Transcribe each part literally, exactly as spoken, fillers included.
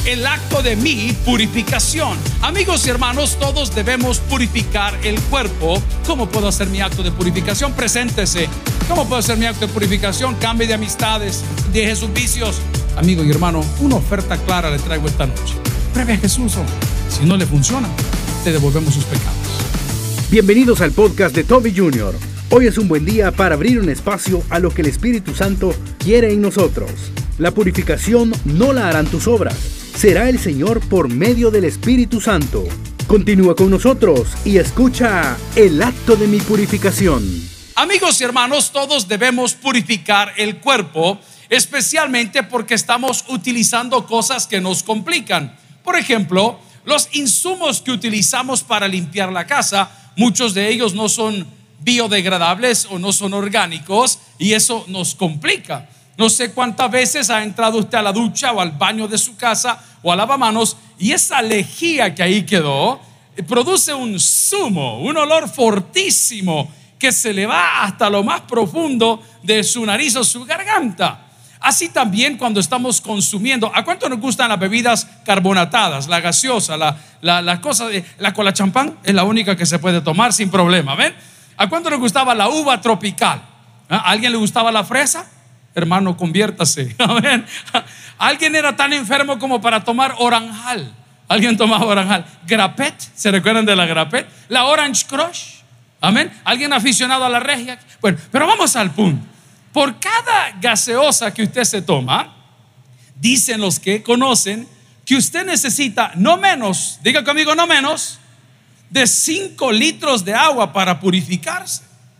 el acto de mi purificación. Amigos y hermanos, todos debemos purificar el cuerpo. ¿Cómo puedo hacer mi acto de purificación? Preséntese. ¿Cómo puedo hacer mi acto de purificación? Cambie de amistades, deje sus vicios. Amigo y hermano, una oferta clara le traigo esta noche. Pruebe a Jesús hoy. Si no le funciona, te devolvemos sus pecados. Bienvenidos al podcast de Toby junior Hoy es un buen día para abrir un espacio a lo que el Espíritu Santo quiere en nosotros. La purificación no la harán tus obras, será el Señor por medio del Espíritu Santo. Continúa con nosotros y escucha el acto de mi purificación. Amigos y hermanos, todos debemos purificar el cuerpo, especialmente porque estamos utilizando cosas que nos complican. Por ejemplo, los insumos que utilizamos para limpiar la casa, muchos de ellos no son biodegradables o no son orgánicos, y eso nos complica. No sé cuántas veces ha entrado usted a la ducha o al baño de su casa o al lavamanos, y esa lejía que ahí quedó produce un zumo, un olor fortísimo que se le va hasta lo más profundo de su nariz o su garganta. Así también cuando estamos consumiendo. ¿A cuánto nos gustan las bebidas carbonatadas? La gaseosa, la, la, la cosa de la cola champán es la única que se puede tomar sin problema. ¿Ven? ¿A cuánto nos gustaba la uva tropical? ¿A alguien le gustaba la fresa? Hermano, conviértase. ¿Amén? ¿Alguien era tan enfermo como para tomar oranjal? ¿Alguien tomaba oranjal? Grapet, ¿se recuerdan de la Grapet? La Orange Crush. Amén. ¿Alguien aficionado a la regia? Bueno, pero vamos al punto. Por cada gaseosa que usted se toma, dicen los que conocen que usted necesita no menos, diga conmigo, no menos de cinco litros de agua para purificarse.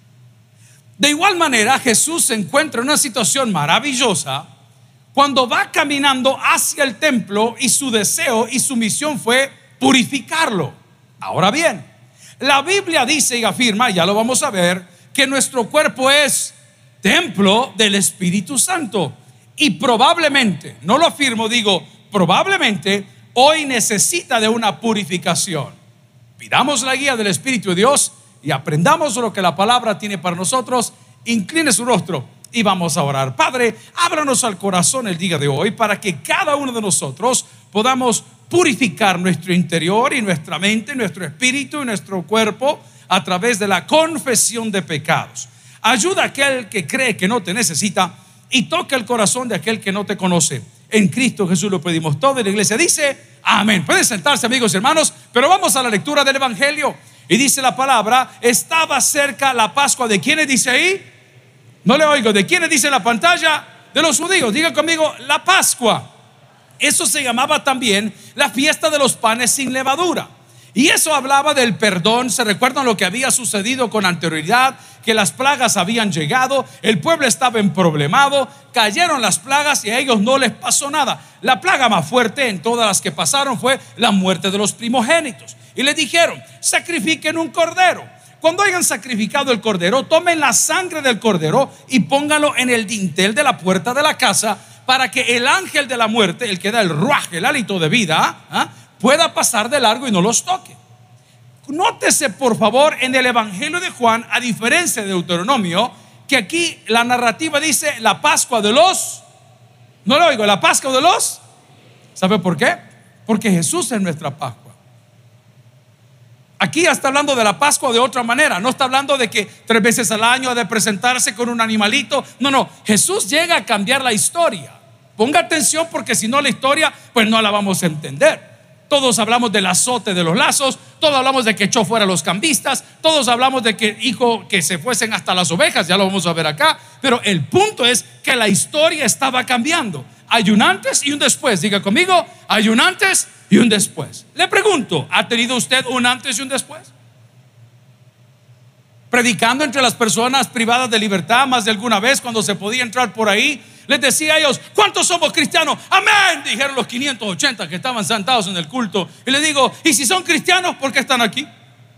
De igual manera, Jesús se encuentra en una situación maravillosa cuando va caminando hacia el templo, y su deseo y su misión fue purificarlo. Ahora bien, la Biblia dice y afirma, ya lo vamos a ver, que nuestro cuerpo es templo del Espíritu Santo, y probablemente, no lo afirmo, digo probablemente, hoy necesita de una purificación. Pidamos la guía del Espíritu de Dios y aprendamos lo que la palabra tiene para nosotros. Incline su rostro y vamos a orar. Padre, ábranos al corazón el día de hoy para que cada uno de nosotros podamos purificar nuestro interior y nuestra mente, nuestro espíritu y nuestro cuerpo a través de la confesión de pecados. Ayuda a aquel que cree que no te necesita y toca el corazón de aquel que no te conoce. En Cristo Jesús lo pedimos todo, y la iglesia dice amén. Pueden sentarse, amigos y hermanos, pero vamos a la lectura del Evangelio. Y dice la palabra: estaba cerca la Pascua. ¿De quiénes dice ahí? No le oigo. ¿De quiénes dice en la pantalla? De los judíos. Diga conmigo, la Pascua. Eso se llamaba también la fiesta de los panes sin levadura. Y eso hablaba del perdón. ¿Se recuerdan lo que había sucedido con anterioridad? Que las plagas habían llegado, el pueblo estaba emproblemado, cayeron las plagas y a ellos no les pasó nada. La plaga más fuerte en todas las que pasaron fue la muerte de los primogénitos. Y le dijeron: sacrifiquen un cordero. Cuando hayan sacrificado el cordero, tomen la sangre del cordero y pónganlo en el dintel de la puerta de la casa, para que el ángel de la muerte, el que da el ruaj, el hálito de vida, ¿ah? pueda pasar de largo y no los toque. Nótese por favor en el Evangelio de Juan, a diferencia de Deuteronomio, que aquí la narrativa dice la Pascua de los, no lo oigo, la Pascua de los, ¿sabe por qué? Porque Jesús es nuestra Pascua. Aquí ya está hablando de la Pascua de otra manera. No está hablando de que tres veces al año ha de presentarse con un animalito. No, no, Jesús llega a cambiar la historia. Ponga atención, porque si no la historia pues no la vamos a entender. Todos hablamos del azote de los lazos, todos hablamos de que echó fuera a los cambistas, todos hablamos de que dijo que se fuesen hasta las ovejas, ya lo vamos a ver acá. Pero el punto es que la historia estaba cambiando. Hay un antes y un después. Diga conmigo, hay un antes y un después. Le pregunto, ¿ha tenido usted un antes y un después? Predicando entre las personas privadas de libertad más de alguna vez, cuando se podía entrar por ahí, les decía a ellos: ¿cuántos somos cristianos? Amén, dijeron los quinientos ochenta que estaban sentados en el culto. Y les digo: ¿y si son cristianos, por qué están aquí?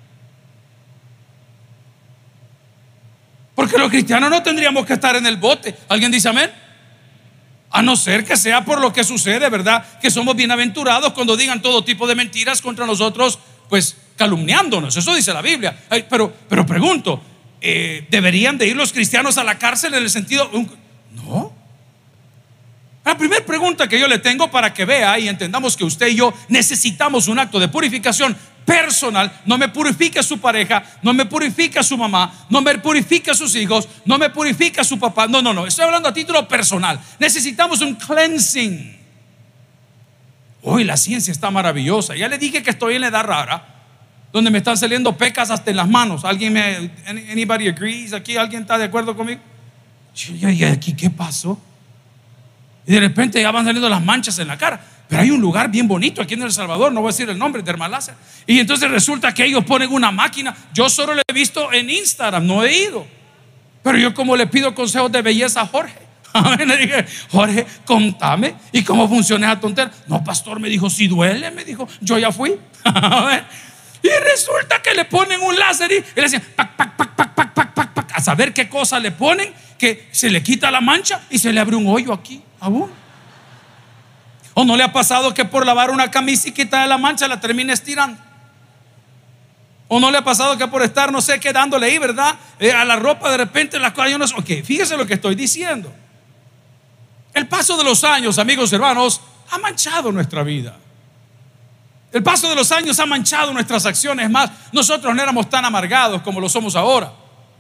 Porque los cristianos no tendríamos que estar en el bote. ¿Alguien dice amén? A no ser que sea por lo que sucede, ¿verdad? Que somos bienaventurados cuando digan todo tipo de mentiras contra nosotros, pues calumniándonos. Eso dice la Biblia. Ay, pero, pero pregunto, ¿eh, ¿deberían de ir los cristianos a la cárcel en el sentido? Un, no. La primera pregunta que yo le tengo para que vea y entendamos que usted y yo necesitamos un acto de purificación personal. No me purifica su pareja, no me purifica su mamá, no me purifica sus hijos, no me purifica su papá. No, no, no, estoy hablando a título personal. Necesitamos un cleansing. Hoy la ciencia está maravillosa. Ya le dije que estoy en la edad rara, donde me están saliendo pecas hasta en las manos. ¿Alguien me, anybody agrees? ¿Aquí alguien está de acuerdo conmigo? ¿Y aquí qué pasó? Y de repente ya van saliendo las manchas en la cara. Pero hay un lugar bien bonito aquí en El Salvador, no voy a decir el nombre, Dermaláser. Y entonces resulta que ellos ponen una máquina. Yo solo lo he visto en Instagram, no he ido. Pero yo como le pido consejos de belleza a Jorge, le dije, Jorge, contame, ¿y cómo funciona esa tontera? No, pastor, me dijo, si duele, me dijo, yo ya fui. Y resulta que le ponen un láser y le decían, pac, pac, pac, pac, pac, pac, pac, pac, a saber qué cosa le ponen, que se le quita la mancha y se le abre un hoyo aquí, aún. ¿O no le ha pasado que por lavar una camisa y quitarle la mancha la termina estirando? ¿O no le ha pasado que por estar, no sé qué, dándole ahí, verdad, eh, a la ropa de repente las cosas, yo no sé? Ok, fíjese lo que estoy diciendo. El paso de los años, amigos hermanos, ha manchado nuestra vida. El paso de los años ha manchado nuestras acciones. Más, nosotros no éramos tan amargados como lo somos ahora.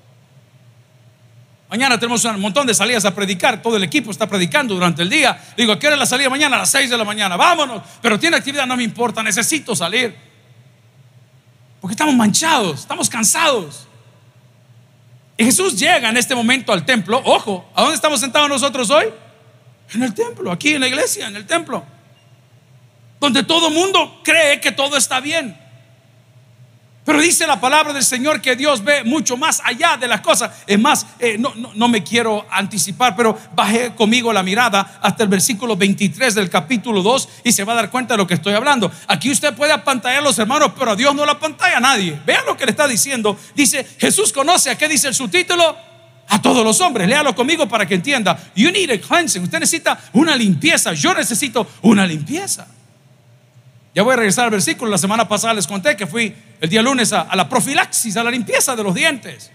Mañana tenemos un montón de salidas a predicar. Todo el equipo está predicando durante el día. Digo, ¿a qué hora es la salida mañana? A las seis de la mañana. Vámonos. Pero tiene actividad, no me importa, necesito salir. Porque estamos manchados, estamos cansados. Y Jesús llega en este momento al templo. Ojo, ¿a dónde estamos sentados nosotros hoy? En el templo, aquí en la iglesia, en el templo, donde todo mundo cree que todo está bien. Pero dice la palabra del Señor que Dios ve mucho más allá de las cosas. Es más, eh, no, no, no me quiero anticipar, pero bajé conmigo la mirada hasta el versículo veintitrés del capítulo dos y se va a dar cuenta de lo que estoy hablando. Aquí usted puede apantallar a los hermanos, pero a Dios no lo apantalla a nadie. Vean lo que le está diciendo. Dice, Jesús conoce, ¿a qué dice el subtítulo? A todos los hombres. Léalo conmigo para que entienda. You need a cleansing. Usted necesita una limpieza. Yo necesito una limpieza. Ya voy a regresar al versículo. La semana pasada les conté que fui el día lunes a, a la profilaxis, a la limpieza de los dientes.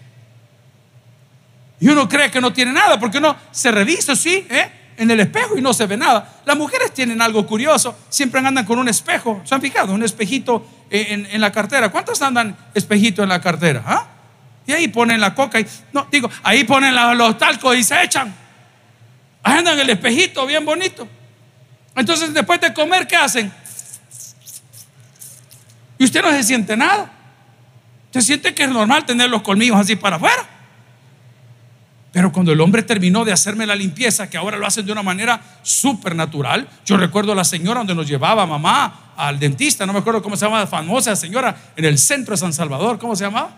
Y uno cree que no tiene nada porque uno se revisa así, ¿eh? en el espejo y no se ve nada. Las mujeres tienen algo curioso. Siempre andan con un espejo. ¿Se han fijado? Un espejito en, en la cartera. ¿Cuántos andan espejito en la cartera? ¿Ah? Y ahí ponen la coca y, no, digo, ahí ponen la, los talcos y se echan. Ahí andan el espejito bien bonito. Entonces después de comer, ¿qué hacen? Y usted no se siente nada. Usted siente que es normal tener los colmillos así para afuera. Pero cuando el hombre terminó de hacerme la limpieza, que ahora lo hacen de una manera súper natural. Yo recuerdo a la señora donde nos llevaba mamá al dentista, no me acuerdo cómo se llamaba, famosa señora en el centro de San Salvador. ¿Cómo se llamaba?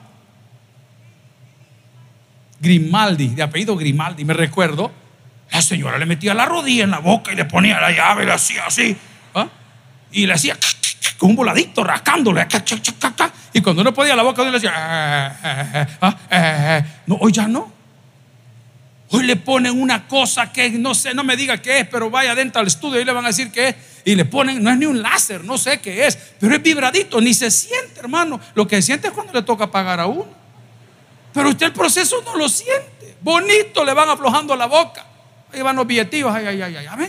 Grimaldi, de apellido Grimaldi. Me recuerdo, la señora le metía la rodilla en la boca y le ponía la llave y le hacía así, ¿ah? Y le hacía con un voladito rascándole. Y cuando uno podía la boca, uno le decía ah, ah, ah, ah. No, hoy ya no. Hoy le ponen una cosa que no sé, no me diga qué es, pero vaya dentro al estudio y le van a decir qué es. Y le ponen, no es ni un láser, no sé qué es, pero es vibradito, ni se siente, hermano. Lo que se siente es cuando le toca pagar a uno. Pero usted el proceso no lo siente. Bonito, le van aflojando la boca. Ahí van los billetillos, ay, ay, ay, ay, ay.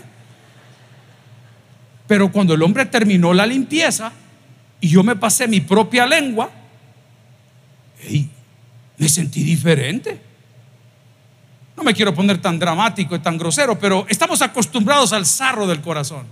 Pero cuando el hombre terminó la limpieza y yo me pasé mi propia lengua, hey, me sentí diferente. No me quiero poner tan dramático y tan grosero, pero estamos acostumbrados al sarro del corazón.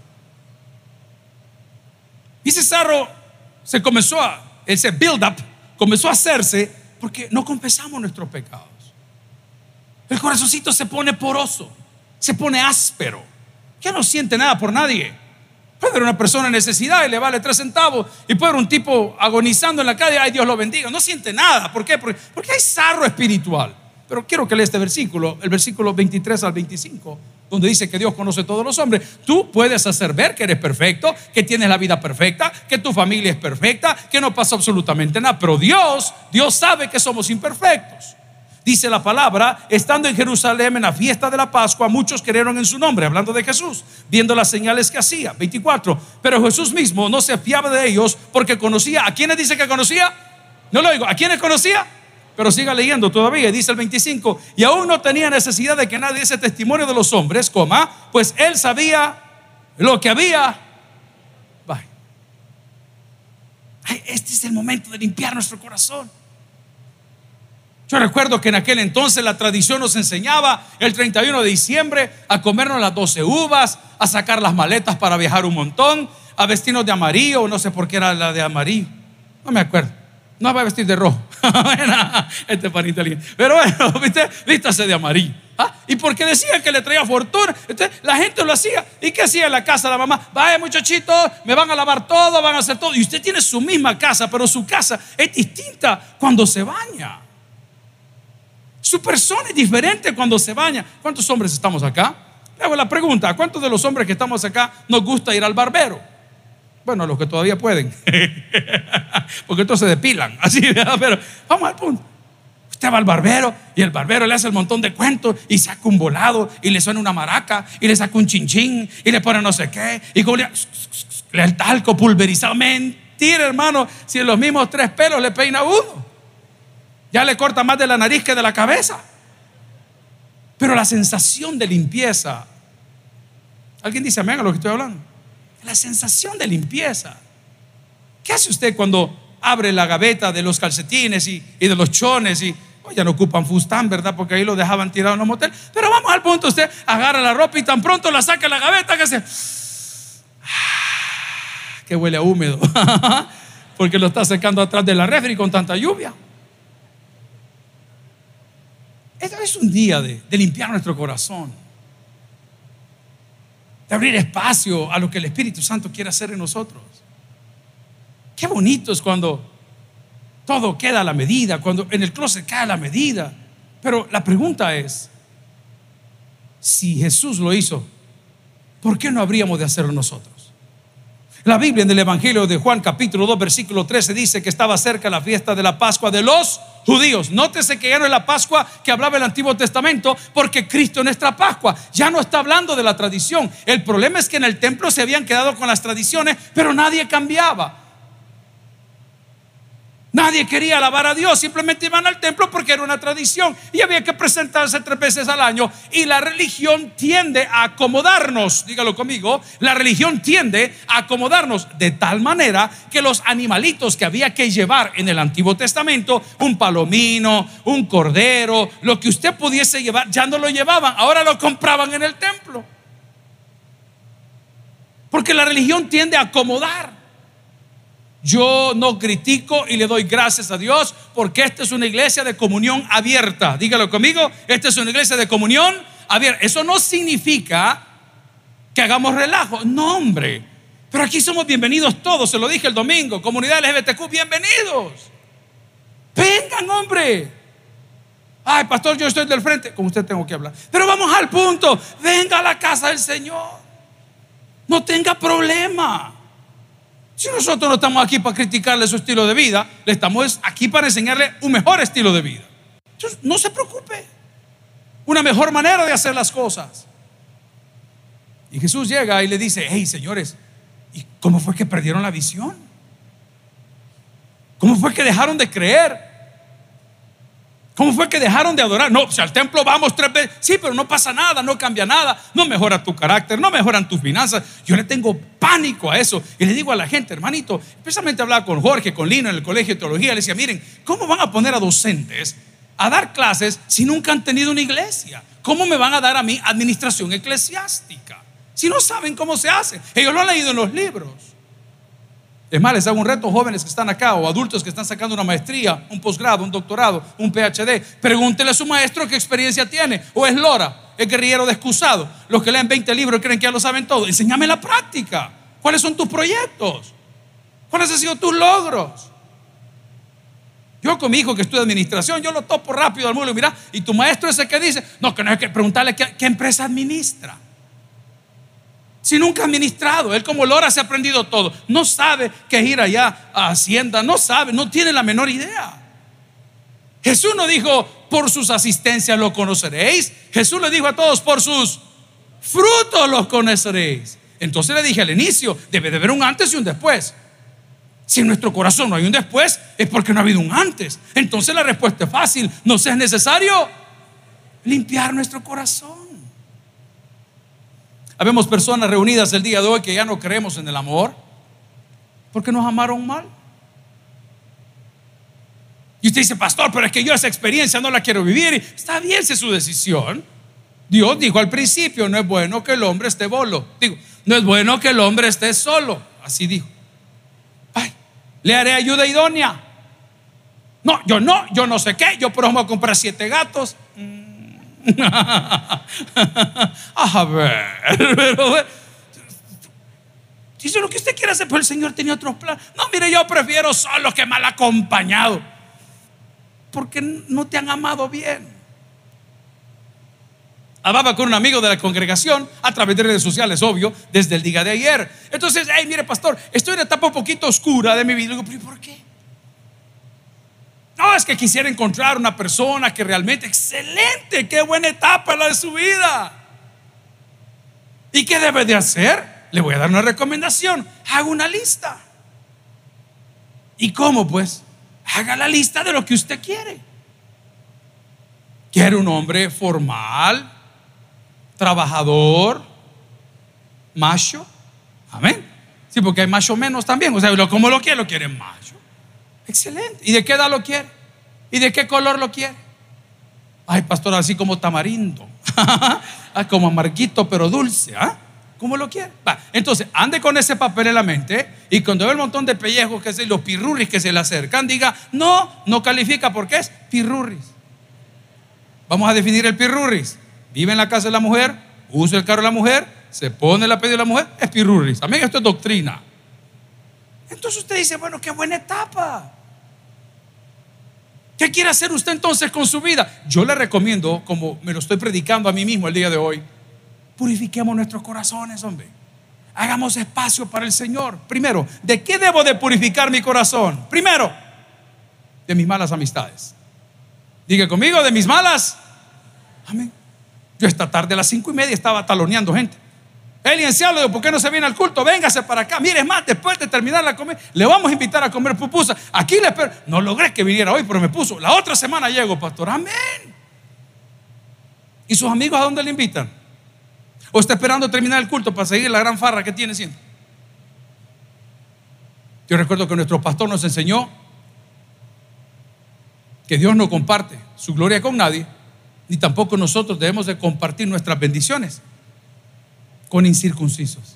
Y ese sarro se comenzó a, ese build up comenzó a hacerse porque no confesamos nuestros pecados. El corazoncito se pone poroso, se pone áspero, ya no siente nada por nadie. Puede haber una persona en necesidad y le vale tres centavos, y puede haber un tipo agonizando en la calle, ay, Dios lo bendiga, no siente nada. ¿Por qué? Porque, porque hay sarro espiritual. Pero quiero que lea este versículo, el versículo veintitrés al veinticinco, donde dice que Dios conoce a todos los hombres. Tú puedes hacer ver que eres perfecto, que tienes la vida perfecta, que tu familia es perfecta, que no pasa absolutamente nada, pero Dios, Dios sabe que somos imperfectos. Dice la palabra, estando en Jerusalén en la fiesta de la Pascua, muchos creyeron en su nombre, hablando de Jesús, viendo las señales que hacía. veinticuatro, pero Jesús mismo no se fiaba de ellos porque conocía. ¿A quiénes dice que conocía? No lo digo, ¿a quiénes conocía? Pero siga leyendo todavía, dice el veinticinco: y aún no tenía necesidad de que nadie diese testimonio de los hombres, coma, pues él sabía lo que había. Bye. Ay, este es el momento de limpiar nuestro corazón. Yo recuerdo que en aquel entonces la tradición nos enseñaba el treinta y uno de diciembre a comernos las doce uvas, a sacar las maletas para viajar un montón, a vestirnos de amarillo, no sé por qué era la de amarillo, no me acuerdo. No va a vestir de rojo. Este panita inteligente. Pero bueno, ¿viste? Vístase de amarillo. ¿Ah? Y porque decían que le traía fortuna, entonces la gente lo hacía. ¿Y qué hacía en la casa la mamá? Vaya, muchachitos, me van a lavar todo, van a hacer todo. Y usted tiene su misma casa, pero su casa es distinta cuando se baña. Su persona es diferente cuando se baña. ¿Cuántos hombres estamos acá? Le hago la pregunta: ¿a cuántos de los hombres que estamos acá nos gusta ir al barbero? Bueno, los que todavía pueden, porque estos se depilan así, ¿verdad? Pero vamos al punto. Usted va al barbero y el barbero le hace el montón de cuentos y saca un volado y le suena una maraca y le saca un chinchín y le pone no sé qué y como le, le el talco pulverizado. Mentira, hermano. Si en los mismos tres pelos le peina uno, ya le corta más de la nariz que de la cabeza. Pero la sensación de limpieza, ¿alguien dice amén a lo que estoy hablando? La sensación de limpieza. ¿Qué hace usted cuando abre la gaveta de los calcetines y, y de los chones? Y oh, ya no ocupan fustán, ¿verdad? Porque ahí lo dejaban tirado en un motel. Pero vamos al punto: usted agarra la ropa y tan pronto la saca de la gaveta que se que huele a húmedo porque lo está secando atrás de la refri con tanta lluvia. Esto es un día de, de limpiar nuestro corazón, de abrir espacio a lo que el Espíritu Santo quiere hacer en nosotros. Qué bonito es cuando todo queda a la medida, cuando en el closet cae a la medida. Pero la pregunta es: si Jesús lo hizo, ¿por qué no habríamos de hacerlo nosotros? La Biblia en el Evangelio de Juan capítulo dos versículo trece dice que estaba cerca la fiesta de la Pascua de los judíos. Nótese que ya no es la Pascua que hablaba el Antiguo Testamento, porque Cristo es nuestra Pascua. Ya no está hablando de la tradición. El problema es que en el templo se habían quedado con las tradiciones, pero nadie cambiaba. Nadie quería alabar a Dios, simplemente iban al templo porque era una tradición y había que presentarse tres veces al año. Y la religión tiende a acomodarnos, dígalo conmigo, la religión tiende a acomodarnos de tal manera que los animalitos que había que llevar en el Antiguo Testamento, un palomino, un cordero, lo que usted pudiese llevar, ya no lo llevaban, ahora lo compraban en el templo. Porque la religión tiende a acomodar. Yo no critico y le doy gracias a Dios porque esta es una iglesia de comunión abierta. Dígalo conmigo: esta es una iglesia de comunión abierta. Eso no significa que hagamos relajo, no, hombre. Pero aquí somos bienvenidos todos, se lo dije el domingo. Comunidad L G B T Q, bienvenidos. Vengan, hombre. Ay, pastor, yo estoy del frente. Con usted tengo que hablar. Pero vamos al punto: venga a la casa del Señor. No tenga problema. Si nosotros no estamos aquí para criticarle su estilo de vida, le estamos aquí para enseñarle un mejor estilo de vida. Entonces, no se preocupe, una mejor manera de hacer las cosas. Y Jesús llega y le dice: hey, señores, ¿y cómo fue que perdieron la visión? ¿Cómo fue que dejaron de creer? ¿Cómo fue que dejaron de adorar? No, si al templo vamos tres veces, sí, pero no pasa nada, no cambia nada, no mejora tu carácter, no mejoran tus finanzas. Yo le tengo pánico a eso y le digo a la gente, hermanito, especialmente hablaba con Jorge, con Lino en el colegio de teología, le decía: miren, ¿cómo van a poner a docentes a dar clases si nunca han tenido una iglesia? ¿Cómo me van a dar a mí administración eclesiástica si no saben cómo se hace? Ellos lo han leído en los libros. Es más, les hago un reto, jóvenes que están acá o adultos que están sacando una maestría, un posgrado, un doctorado, un P H D. Pregúntele a su maestro qué experiencia tiene. O es Lora, es guerrillero de excusado. Los que leen veinte libros creen que ya lo saben todo. Enséñame la práctica. ¿Cuáles son tus proyectos? ¿Cuáles han sido tus logros? Yo con mi hijo que estudia administración, yo lo topo rápido al mundo y mira, y tu maestro ese que dice, no, que no hay que preguntarle qué, qué empresa administra. Si nunca ha administrado, él como Lora se ha aprendido todo. No sabe qué es ir allá a Hacienda, no sabe, no tiene la menor idea. Jesús no dijo: por sus asistencias lo conoceréis. Jesús le dijo a todos: por sus frutos los conoceréis. Entonces le dije al inicio, debe de haber un antes y un después. Si en nuestro corazón no hay un después, es porque no ha habido un antes. Entonces la respuesta es fácil: nos es necesario limpiar nuestro corazón. Habemos personas reunidas el día de hoy que ya no creemos en el amor porque nos amaron mal. Y usted dice: pastor, pero es que yo esa experiencia no la quiero vivir. Está bien, si es su decisión. Dios dijo al principio: no es bueno que el hombre esté bolo. Digo, no es bueno que el hombre esté solo. Así dijo. Ay, le haré ayuda idónea. No, yo no, yo no sé qué. Yo por ejemplo voy a comprar siete gatos. A ver, pero dice lo que usted quiere hacer, pero el Señor tenía otros planes. No, mire, yo prefiero solo que mal acompañado, porque no te han amado bien. Hablaba con un amigo de la congregación a través de redes sociales, obvio, desde el día de ayer. Entonces, hey, mire, pastor, estoy en una etapa un poquito oscura de mi vida. Digo, ¿pero por qué? No, es que quisiera encontrar una persona que realmente, excelente, qué buena etapa la de su vida. ¿Y qué debe de hacer? Le voy a dar una recomendación: haga una lista. ¿Y cómo? Pues haga la lista de lo que usted quiere. ¿Quiere un hombre formal, trabajador, macho? Amén. Sí, porque hay macho menos también. O sea, ¿cómo lo quiere? Lo quiere macho. Excelente. ¿Y de qué edad lo quiere? ¿Y de qué color lo quiere? Ay, pastor, así como tamarindo. Como amarguito pero dulce. ¿Ah? ¿Cómo lo quiere? Va. Entonces, ande con ese papel en la mente, y cuando ve el montón de pellejos, que se, los pirurris que se le acercan, diga: no, no califica porque es pirurris. Vamos a definir el pirurris: vive en la casa de la mujer, usa el carro de la mujer, se pone el apellido de la mujer, es pirurris. Amén, esto es doctrina. Entonces usted dice: bueno, qué buena etapa. ¿Qué quiere hacer usted entonces con su vida? Yo le recomiendo, como me lo estoy predicando a mí mismo el día de hoy, purifiquemos nuestros corazones, hombre. Hagamos espacio para el Señor. Primero, ¿de qué debo de purificar mi corazón? Primero, de mis malas amistades. Diga conmigo: de mis malas. Amén. Yo esta tarde a las cinco y media estaba taloneando gente. El licenciado, le digo: ¿por qué no se viene al culto? Véngase para acá. Mire, es más, después de terminar la comida, le vamos a invitar a comer pupusa. Aquí le espero. No logré que viniera hoy, pero me puso: la otra semana llego, pastor. Amén. ¿Y sus amigos a dónde le invitan? ¿O está esperando terminar el culto para seguir la gran farra que tiene siempre? Yo recuerdo que nuestro pastor nos enseñó que Dios no comparte su gloria con nadie, ni tampoco nosotros debemos de compartir nuestras bendiciones con incircuncisos.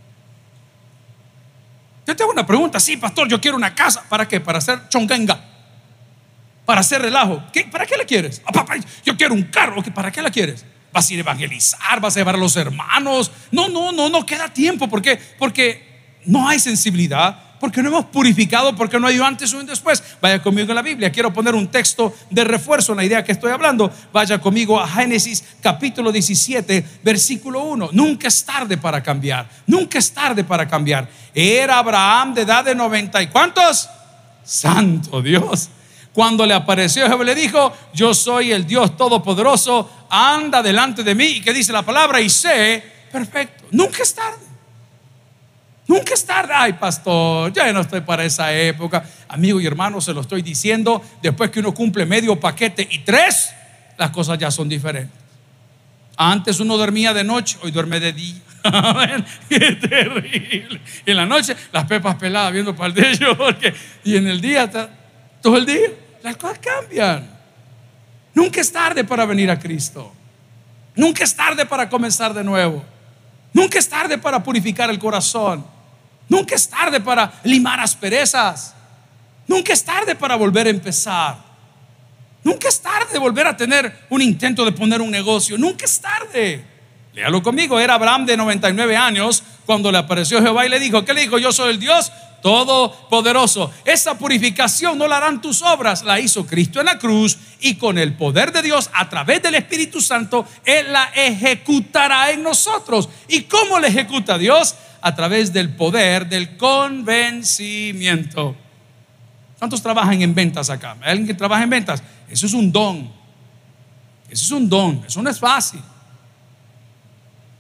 Yo te hago una pregunta: sí, pastor, yo quiero una casa. ¿Para qué? Para hacer chongenga, para hacer relajo. ¿Qué? ¿Para qué la quieres? Ah, papá, yo quiero un carro. ¿Para qué la quieres? ¿Vas a ir a evangelizar? ¿Vas a llevar a los hermanos? No, no, no, no queda tiempo. ¿Por qué? Porque no hay sensibilidad, porque no hemos purificado, porque no hay un antes y un después. Vaya conmigo a la Biblia. Quiero poner un texto de refuerzo en la idea que estoy hablando. Vaya conmigo a Génesis capítulo diecisiete, versículo uno. Nunca es tarde para cambiar. Nunca es tarde para cambiar. Era Abraham de edad de noventa y ¿cuántos? Santo Dios. Cuando le apareció Jehová, le dijo: yo soy el Dios todopoderoso, anda delante de mí. ¿Y qué dice la palabra? Y sé perfecto. Nunca es tarde. Nunca es tarde. Ay, pastor, ya no estoy para esa época. Amigo y hermano, se lo estoy diciendo. Después que uno cumple medio paquete y tres, las cosas ya son diferentes. Antes uno dormía de noche, hoy duerme de día. Qué terrible. Y en la noche las pepas peladas viendo para el techo, porque, y en el día está, todo el día las cosas cambian. Nunca es tarde para venir a Cristo. Nunca es tarde para comenzar de nuevo. Nunca es tarde para purificar el corazón. Nunca es tarde para limar asperezas. Nunca es tarde para volver a empezar. Nunca es tarde de volver a tener un intento de poner un negocio. Nunca es tarde. Léalo conmigo. Era Abraham de noventa y nueve años cuando le apareció Jehová y le dijo: ¿qué le dijo? Yo soy el Dios todopoderoso. Esa purificación no la harán tus obras, la hizo Cristo en la cruz, y con el poder de Dios a través del Espíritu Santo Él la ejecutará en nosotros. ¿Y cómo la ejecuta Dios? A través del poder del convencimiento. ¿Cuántos trabajan en ventas acá? ¿Hay alguien que trabaja en ventas? Eso es un don. Eso es un don. Eso no es fácil.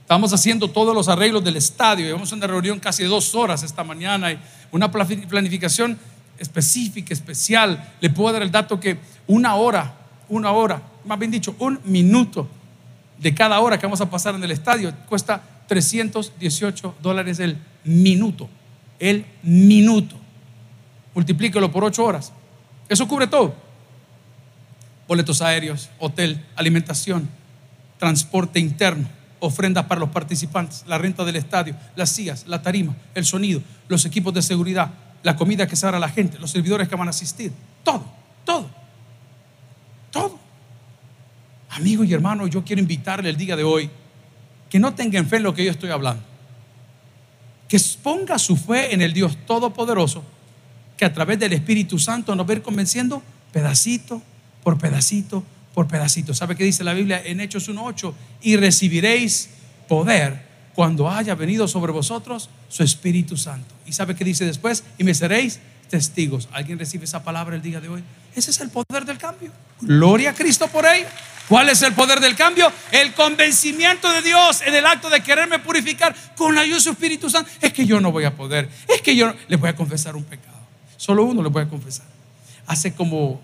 Estamos haciendo todos los arreglos del estadio. Llevamos una reunión casi de dos horas esta mañana y una planificación específica, especial. Le puedo dar el dato que una hora, una hora, más bien dicho, un minuto de cada hora que vamos a pasar en el estadio cuesta trescientos dieciocho dólares el minuto. El minuto. Multiplíquelo por ocho horas. Eso cubre todo: boletos aéreos, hotel, alimentación, transporte interno, ofrendas para los participantes, la renta del estadio, las sillas, la tarima, el sonido, los equipos de seguridad, la comida que se dará a la gente, los servidores que van a asistir. Todo, todo, todo. Amigo y hermano, yo quiero invitarle el día de hoy que no tengan fe en lo que yo estoy hablando, que ponga su fe en el Dios Todopoderoso, que a través del Espíritu Santo nos va a ir convenciendo pedacito por pedacito por pedacito. ¿Sabe qué dice la Biblia en Hechos uno ocho? Y recibiréis poder cuando haya venido sobre vosotros su Espíritu Santo. ¿Y sabe qué dice después? Y me seréis testigos. ¿Alguien recibe esa palabra el día de hoy? Ese es el poder del cambio. Gloria a Cristo por ello. ¿Cuál es el poder del cambio? El convencimiento de Dios en el acto de quererme purificar con la ayuda de su Espíritu Santo. Es que yo no voy a poder. Es que yo no. Les voy a confesar un pecado. Solo uno les voy a confesar. Hace como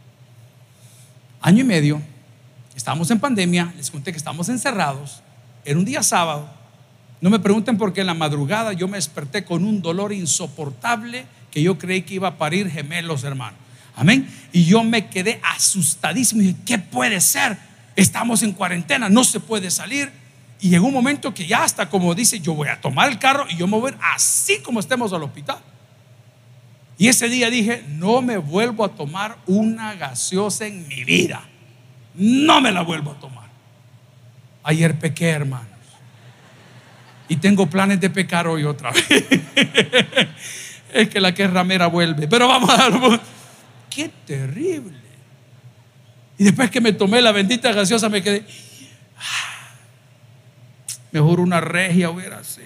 año y medio estábamos en pandemia. Les conté que estábamos encerrados. Era un día sábado. No me pregunten por qué en la madrugada yo me desperté con un dolor insoportable que yo creí que iba a parir gemelos, hermano. Amén. Y yo me quedé asustadísimo y dije, ¿qué puede ser? Estamos en cuarentena, no se puede salir. Y llegó un momento que ya hasta como dice, yo voy a tomar el carro y yo me voy así como estemos al hospital. Y ese día dije, no me vuelvo a tomar una gaseosa en mi vida. No me la vuelvo a tomar. Ayer pequé, hermanos, y tengo planes de pecar hoy otra vez. Es que la que es ramera vuelve. Pero vamos a darlo. Qué terrible. Y después que me tomé la bendita gaseosa me quedé, mejor una regia hubiera sido.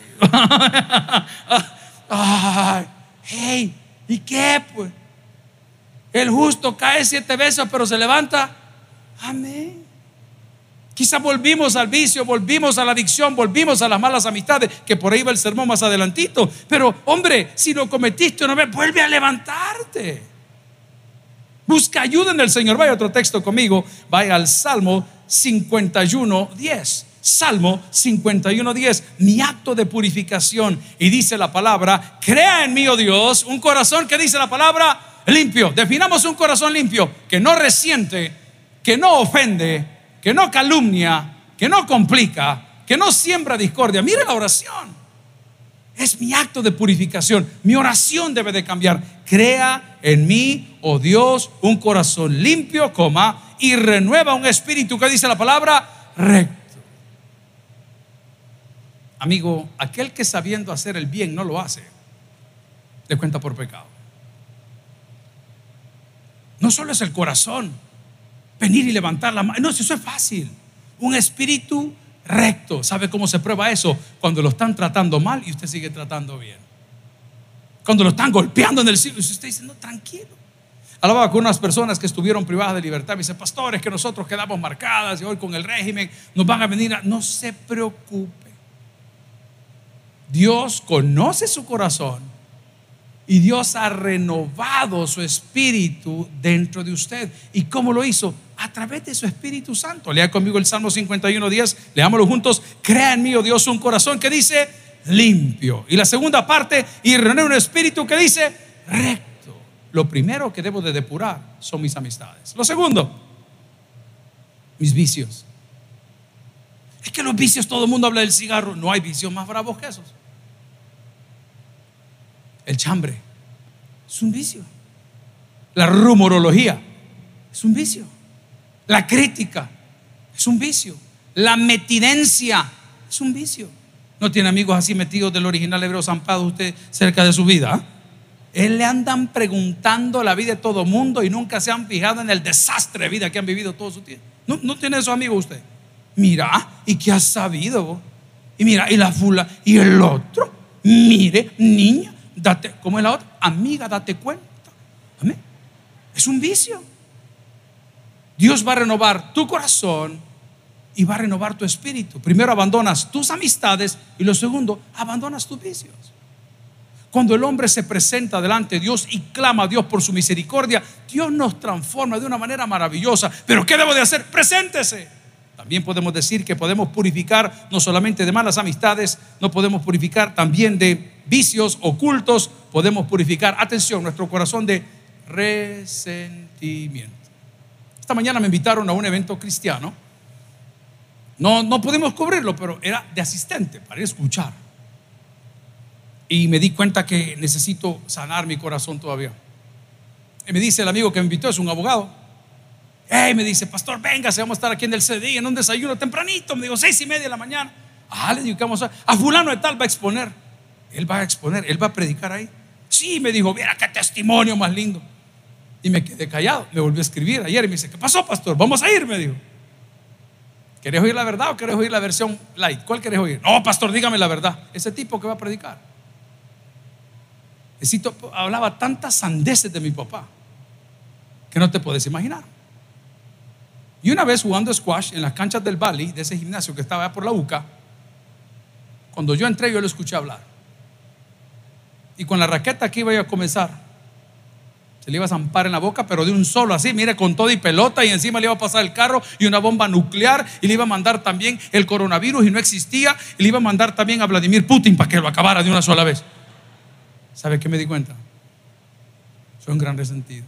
Ay, hey, ¿y qué pues? El justo cae siete veces pero se levanta. Amén. Quizás volvimos al vicio, volvimos a la adicción, volvimos a las malas amistades, que por ahí va el sermón más adelantito. Pero hombre, si lo cometiste una vez, vuelve a levantarte. Busca ayuda en el Señor. Vaya otro texto conmigo. Vaya al Salmo cincuenta y uno diez. Salmo cincuenta y uno diez. Mi acto de purificación. Y dice la palabra, crea en mí, oh Dios, un corazón, que dice la palabra, limpio. Definamos un corazón limpio: que no resiente, que no ofende, que no calumnia, que no complica, que no siembra discordia. Mire la oración. Es mi acto de purificación. Mi oración debe de cambiar. Crea en mí, oh Dios, un corazón limpio, coma, y renueva un espíritu, que dice la palabra, recto. Amigo, aquel que sabiendo hacer el bien no lo hace, le cuenta por pecado. No solo es el corazón, venir y levantar la mano. No, eso es fácil. Un espíritu recto. ¿Sabe cómo se prueba eso? Cuando lo están tratando mal y usted sigue tratando bien. Cuando lo están golpeando en el cielo y usted dice, no, tranquilo. Hablaba con unas personas que estuvieron privadas de libertad. Me dice, pastores, que nosotros quedamos marcadas y hoy con el régimen nos van a venir a... No se preocupe. Dios conoce su corazón y Dios ha renovado su espíritu dentro de usted. ¿Y cómo lo hizo? A través de su Espíritu Santo. Lea conmigo el Salmo cincuenta y uno diez. Leámoslo juntos. Crea en mí, oh Dios, un corazón, que dice limpio. Y la segunda parte, y renueva un espíritu, que dice recto. Lo primero que debo de depurar son mis amistades. Lo segundo, mis vicios. Es que los vicios, todo el mundo habla del cigarro. No hay vicios más bravos que esos. El chambre es un vicio. La rumorología es un vicio. La crítica es un vicio. La metidencia es un vicio. ¿No tiene amigos así metidos del original hebreo zampado usted cerca de su vida? Él le andan preguntando la vida de todo mundo y nunca se han fijado en el desastre de vida que han vivido todo su tiempo. ¿No, no tiene esos amigos usted? Mira, ¿y qué has sabido vos? Y mira, y la fula, y el otro. Mire, niña, date, ¿cómo es la otra? Amiga, date cuenta. Amén. Es un vicio. Dios va a renovar tu corazón y va a renovar tu espíritu. Primero abandonas tus amistades y lo segundo, abandonas tus vicios. Cuando el hombre se presenta delante de Dios y clama a Dios por su misericordia, Dios nos transforma de una manera maravillosa. ¿Pero qué debo de hacer? Preséntese. También podemos decir que podemos purificar no solamente de malas amistades, no podemos purificar también de vicios ocultos, podemos purificar, atención, nuestro corazón de resentimiento. Esta mañana me invitaron a un evento cristiano. No, no pudimos cubrirlo, pero era de asistente para ir a escuchar. Y me di cuenta que necesito sanar mi corazón todavía. Y me dice el amigo que me invitó, es un abogado. Hey, me dice, pastor, véngase, vamos a estar aquí en el C D I en un desayuno tempranito. Me digo, seis y media de la mañana. Ah, le digo, ¿qué vamos a hacer? A fulano de tal va a exponer. Él va a exponer, él va a predicar ahí. Sí, me dijo, mira qué testimonio más lindo. Y me quedé callado, me volvió a escribir ayer y me dice, ¿qué pasó, pastor? Vamos a ir, me dijo. ¿Querés oír la verdad o querés oír la versión light? ¿Cuál querés oír? No, pastor, dígame la verdad. Ese tipo que va a predicar. Necesito, hablaba tantas sandeces de mi papá que no te puedes imaginar. Y una vez jugando squash en las canchas del Valley, de ese gimnasio que estaba allá por la U C A, cuando yo entré, yo lo escuché hablar. Y con la raqueta que iba a comenzar, se le iba a zampar en la boca, pero de un solo así, mire, con todo y pelota, y encima le iba a pasar el carro y una bomba nuclear, y le iba a mandar también el coronavirus y no existía, y le iba a mandar también a Vladimir Putin para que lo acabara de una sola vez. ¿Sabe qué me di cuenta? Soy un gran resentido.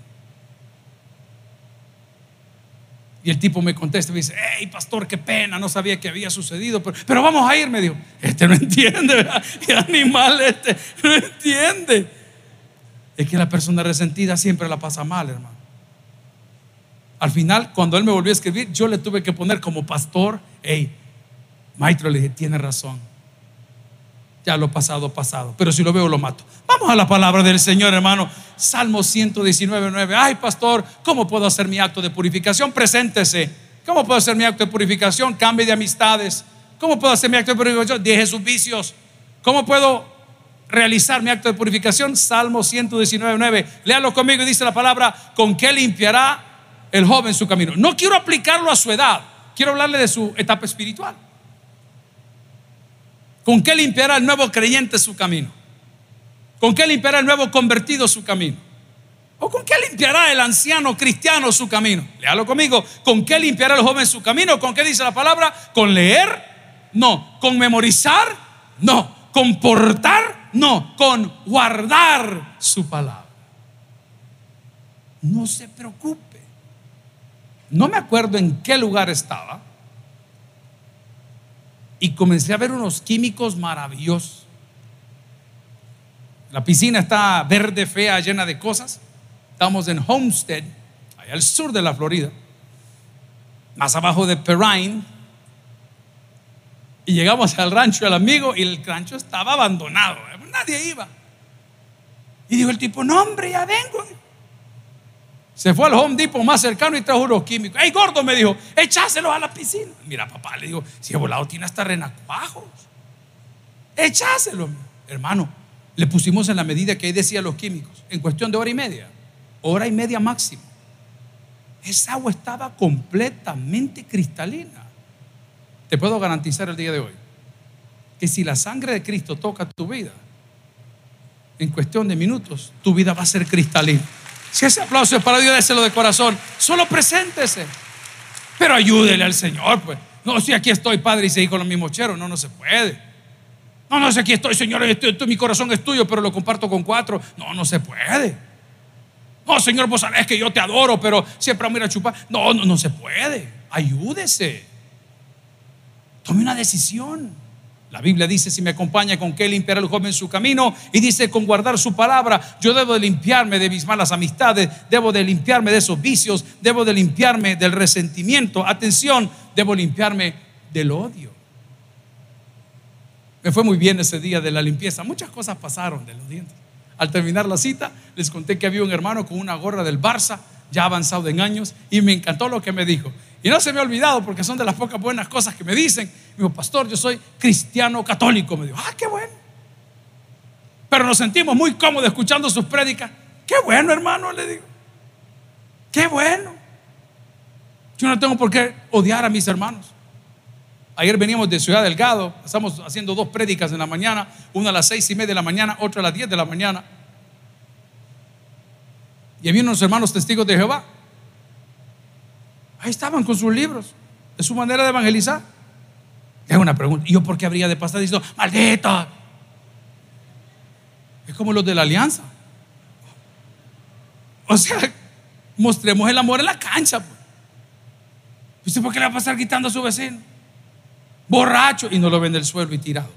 Y el tipo me contesta y me dice, hey, pastor, qué pena, no sabía que había sucedido, pero, pero vamos a ir, me dijo. Este no entiende, ¿verdad? Qué animal este, no entiende. Es que la persona resentida siempre la pasa mal, hermano. Al final, cuando él me volvió a escribir, yo le tuve que poner como pastor, hey, maestro, le dije, tiene razón. Ya lo pasado, pasado, pero si lo veo lo mato. Vamos a la palabra del Señor, hermano. Salmo ciento diecinueve, nueve. Ay, pastor, ¿cómo puedo hacer mi acto de purificación? Preséntese. ¿Cómo puedo hacer mi acto de purificación? Cambie de amistades. ¿Cómo puedo hacer mi acto de purificación? Deje sus vicios. ¿Cómo puedo realizar mi acto de purificación? Salmo ciento diecinueve, nueve. Léalo conmigo y dice la palabra: ¿con qué limpiará el joven su camino? No quiero aplicarlo a su edad, quiero hablarle de su etapa espiritual. ¿Con qué limpiará el nuevo creyente su camino? ¿Con qué limpiará el nuevo convertido su camino? ¿O con qué limpiará el anciano cristiano su camino? Léalo conmigo. ¿Con qué limpiará el joven su camino? ¿Con qué dice la palabra? ¿Con leer? No. ¿Con memorizar? No. ¿Con portar? No. Con guardar su palabra. No se preocupe. No me acuerdo en qué lugar estaba y comencé a ver unos químicos maravillosos. La piscina está verde, fea, llena de cosas. Estamos en Homestead, allá al sur de la Florida, más abajo de Perrine. Y llegamos al rancho del amigo y el rancho estaba abandonado, nadie iba. Y dijo el tipo: no, hombre, ya vengo. Se fue al Home Depot más cercano y trajo unos químicos. Hey, gordo, me dijo, echáselos a la piscina. Mira, papá, le digo, si el volado tiene hasta renacuajos, echáselos, hermano. Le pusimos en la medida que ahí decía los químicos, en cuestión de hora y media, hora y media máximo. Esa agua estaba completamente cristalina. Te puedo garantizar el día de hoy que si la sangre de Cristo toca tu vida, en cuestión de minutos, tu vida va a ser cristalina. Si ese aplauso es para Dios, déselo de corazón. Solo preséntese, pero ayúdele al Señor, pues. No, si aquí estoy, padre, y seguí con los mismos cheros. No, no se puede. No, no, si aquí estoy, Señor, estoy, estoy, mi corazón es tuyo, pero lo comparto con cuatro. No, no se puede. No, Señor, vos sabés que yo te adoro, pero siempre vamos a ir a chupar. No, no, no se puede. Ayúdese. Tome una decisión. La Biblia dice: si me acompaña, ¿con qué limpiará el joven su camino? Y dice: con guardar su palabra. Yo debo de limpiarme de mis malas amistades, debo de limpiarme de esos vicios, debo de limpiarme del resentimiento. Atención, debo limpiarme del odio. Me fue muy bien ese día de la limpieza. Muchas cosas pasaron de los dientes. Al terminar la cita, les conté que había un hermano con una gorra del Barça, ya avanzado en años, y me encantó lo que me dijo. Y no se me ha olvidado, porque son de las pocas buenas cosas que me dicen. Me dijo: pastor, yo soy cristiano católico. Me dijo: ah, qué bueno. Pero nos sentimos muy cómodos escuchando sus prédicas. Qué bueno, hermano, le digo. Qué bueno. Yo no tengo por qué odiar a mis hermanos. Ayer veníamos de Ciudad Delgado, estamos haciendo dos prédicas en la mañana, una a las seis y media de la mañana, otra a las diez de la mañana. Y había unos hermanos testigos de Jehová. Ahí estaban con sus libros, es su manera de evangelizar. Le hago una pregunta: ¿y yo por qué habría de pasar diciendo maldito? Es como los de la alianza. O sea, mostremos el amor en la cancha. ¿Usted por qué le va a pasar gritando a su vecino? Borracho, y no lo ven del suelo y tirado.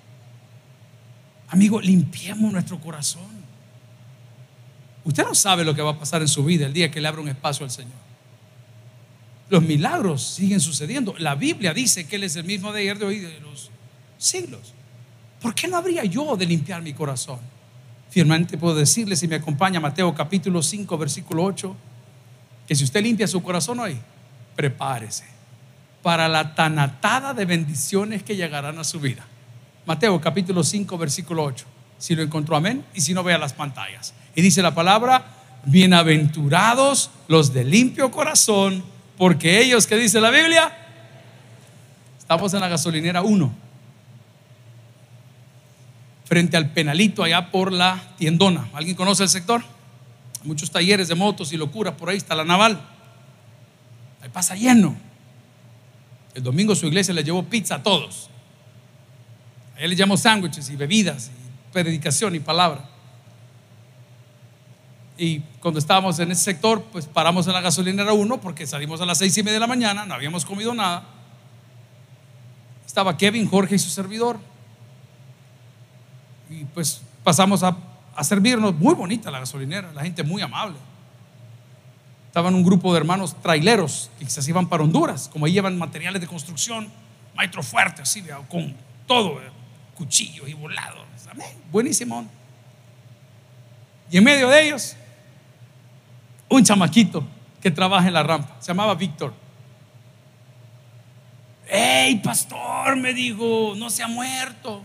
Amigo, limpiemos nuestro corazón. Usted no sabe lo que va a pasar en su vida el día que le abra un espacio al Señor. Los milagros siguen sucediendo. La Biblia dice que Él es el mismo de ayer, de hoy y de los siglos. ¿Por qué no habría yo de limpiar mi corazón? Firmemente puedo decirle, si me acompaña, Mateo capítulo cinco versículo ocho, que si usted limpia su corazón hoy, prepárese para la tanatada de bendiciones que llegarán a su vida. Mateo capítulo cinco versículo ocho. Si lo encontró, amén. Y si no, vea las pantallas. Y dice la palabra: bienaventurados los de limpio corazón, porque ellos, ¿qué dice la Biblia? Estamos en la gasolinera uno, frente al Penalito, allá por la Tiendona. ¿Alguien conoce el sector? Hay muchos talleres de motos y locura. Por ahí está la Naval. Ahí pasa lleno. El domingo su iglesia le llevó pizza a todos. Ahí le llamó sándwiches y bebidas y predicación y palabra. Y cuando estábamos en ese sector, pues paramos en la gasolinera uno, porque salimos a las seis y media de la mañana, no habíamos comido nada. Estaba Kevin, Jorge y su servidor. Y pues pasamos a, a servirnos. Muy bonita la gasolinera, la gente muy amable. Estaban un grupo de hermanos traileros que quizás iban para Honduras. Como ahí llevan materiales de construcción, maestro fuerte, así, con todo, cuchillos y volados. Buenísimo. Y en medio de ellos, un chamaquito que trabaja en la rampa, se llamaba Víctor. ¡Ey, pastor! Me dijo, no se ha muerto.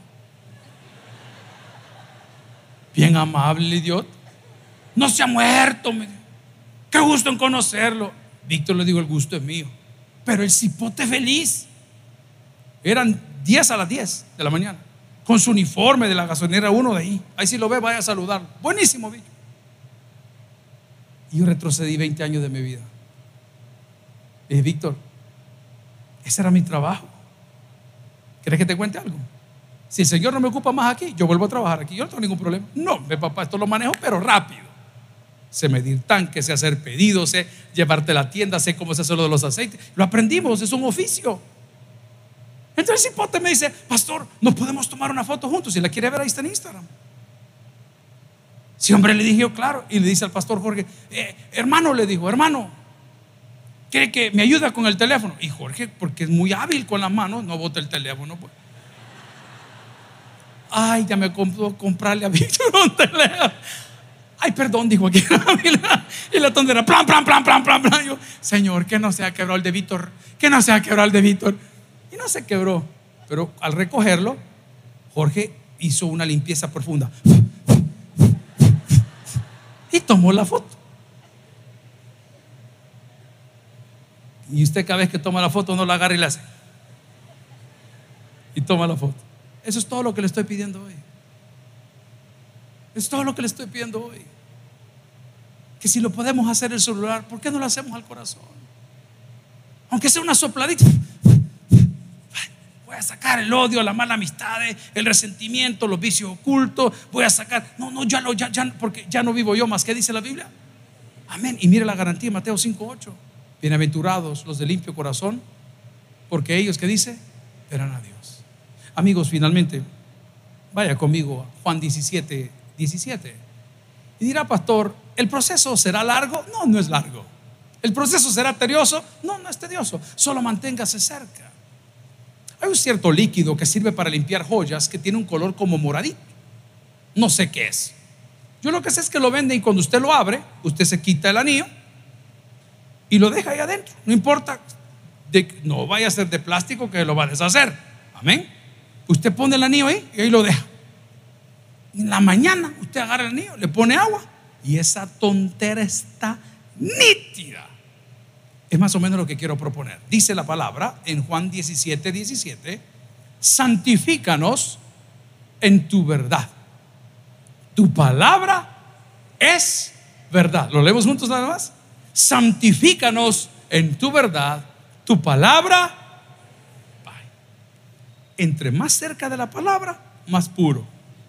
Bien amable, idiota. No se ha muerto, me dijo. Qué gusto en conocerlo. Víctor le dijo: el gusto es mío. Pero el cipote feliz. Eran diez a las diez de la mañana, con su uniforme de la gasolinera uno de ahí. Ahí si lo ve, vaya a saludarlo. Buenísimo, Víctor. Y yo retrocedí veinte años de mi vida. Le dije: Víctor, ese era mi trabajo. ¿Quieres que te cuente algo? Si el Señor no me ocupa más aquí, yo vuelvo a trabajar aquí. Yo no tengo ningún problema. No, mi papá, esto lo manejo, pero rápido. Sé medir tanques, sé hacer pedidos, sé llevarte a la tienda, sé cómo se hace lo de los aceites. Lo aprendimos, es un oficio. Entonces el cipote me dice: pastor, ¿no podemos tomar una foto juntos? Si la quiere ver, ahí está en Instagram. Sí, hombre, le dije yo, claro. Y le dice al pastor Jorge: eh, hermano, le dijo, hermano, ¿quiere que me ayude con el teléfono? Y Jorge, porque es muy hábil con las manos, no bota el teléfono, pues. Ay, ya me compró comprarle a Víctor un teléfono. Ay, perdón, dijo aquí. Y la tondera, plan, plan, plan, plan, plan, plan. Yo: Señor, que no se ha quebrado el de Víctor, que no se ha quebrado el de Víctor. Y no se quebró. Pero al recogerlo, Jorge hizo una limpieza profunda y tomó la foto. Y usted, cada vez que toma la foto, no la agarra y la hace y toma la foto. Eso es todo lo que le estoy pidiendo hoy. Es todo lo que le estoy pidiendo hoy. Que si lo podemos hacer en el celular, ¿por qué no lo hacemos al corazón? Aunque sea una sopladita. Voy a sacar el odio, la mala amistad, el resentimiento, los vicios ocultos. Voy a sacar, no, no, ya lo, ya, ya, porque ya no vivo yo más. ¿Qué dice la Biblia? Amén. Y mire la garantía, Mateo cinco ocho. Bienaventurados los de limpio corazón, porque ellos, ¿qué dice? Verán a Dios. Amigos, finalmente, vaya conmigo a Juan diecisiete, diecisiete. Y dirá: pastor, ¿el proceso será largo? No, no es largo. ¿El proceso será tedioso? No, no es tedioso. Solo manténgase cerca. Hay un cierto líquido que sirve para limpiar joyas que tiene un color como moradito. No sé qué es. Yo lo que sé es que lo venden, y cuando usted lo abre, usted se quita el anillo y lo deja ahí adentro. No importa, de, no vaya a ser de plástico que lo va a deshacer. Amén. Usted pone el anillo ahí y ahí lo deja. En la mañana usted agarra el anillo, le pone agua y esa tontera está nítida. es más o menos lo que quiero proponer. Dice la palabra en Juan diecisiete, diecisiete: santifícanos en tu verdad. Tu palabra es verdad. ¿Lo leemos juntos nada más? Santifícanos en tu verdad. Tu palabra. Entre más cerca de la palabra, más puro.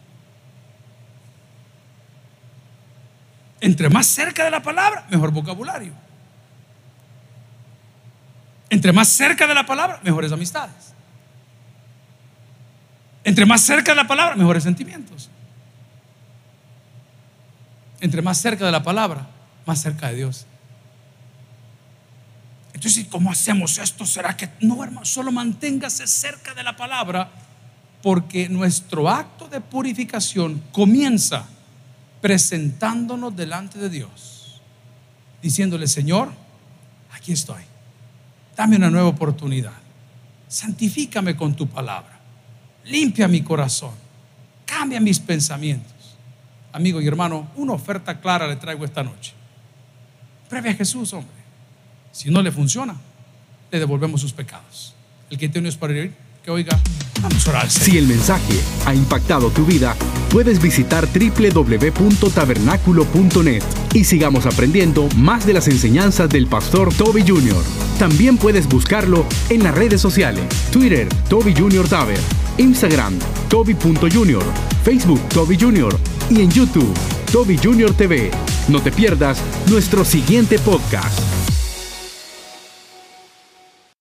Entre más cerca de la palabra, mejor vocabulario. Entre más cerca de la palabra, mejores amistades. Entre más cerca de la palabra, mejores sentimientos. Entre más cerca de la palabra, más cerca de Dios. Entonces, ¿cómo hacemos esto? ¿Será que no, hermano? Solo manténgase cerca de la palabra, porque nuestro acto de purificación comienza presentándonos delante de Dios, diciéndole: Señor, aquí estoy, dame una nueva oportunidad, santifícame con tu palabra, limpia mi corazón, cambia mis pensamientos. Amigo y hermano, una oferta clara le traigo esta noche. Pruebe a Jesús, hombre. Si no le funciona, le devolvemos sus pecados. El que tiene oídos para oír, que oiga. Vamos a orar al Señor. Si el mensaje ha impactado tu vida, puedes visitar doble u doble u doble u punto tabernáculo punto net y sigamos aprendiendo más de las enseñanzas del pastor Toby junior También puedes buscarlo en las redes sociales: Twitter, Toby junior Taber, Instagram, Toby punto junior, Facebook, Toby junior y en YouTube, Toby junior T V. No te pierdas nuestro siguiente podcast.